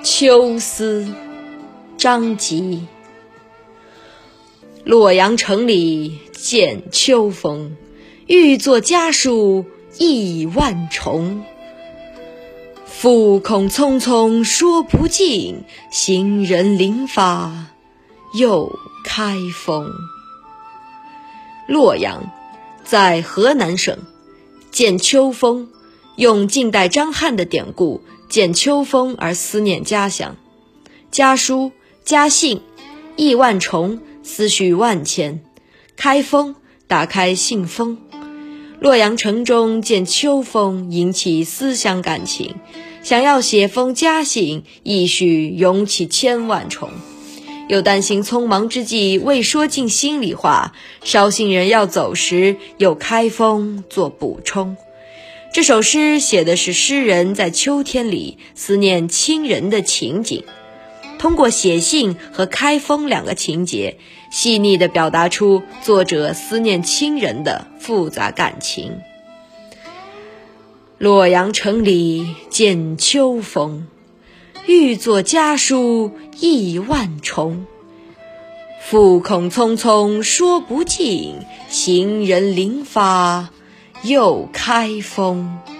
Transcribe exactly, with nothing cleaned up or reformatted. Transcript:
秋思，张籍。洛阳城里见秋风，欲作家书意万重。复恐匆匆说不尽，行人临发又开封。洛阳在河南省，见秋风用晋代张翰的典故见秋风而思念家乡。家书、家信，意万重，思绪万千。开封，打开信封。洛阳城中见秋风，引起思乡感情，想要写封家信，意绪涌起千万重。又担心匆忙之际未说尽心里话，捎信人要走时又开封做补充。这首诗写的是诗人在秋天里思念亲人的情景，通过写信和开封两个情节，细腻地表达出作者思念亲人的复杂感情。洛阳城里见秋风，欲作家书意万重。复恐匆匆说不尽，行人临发又开封。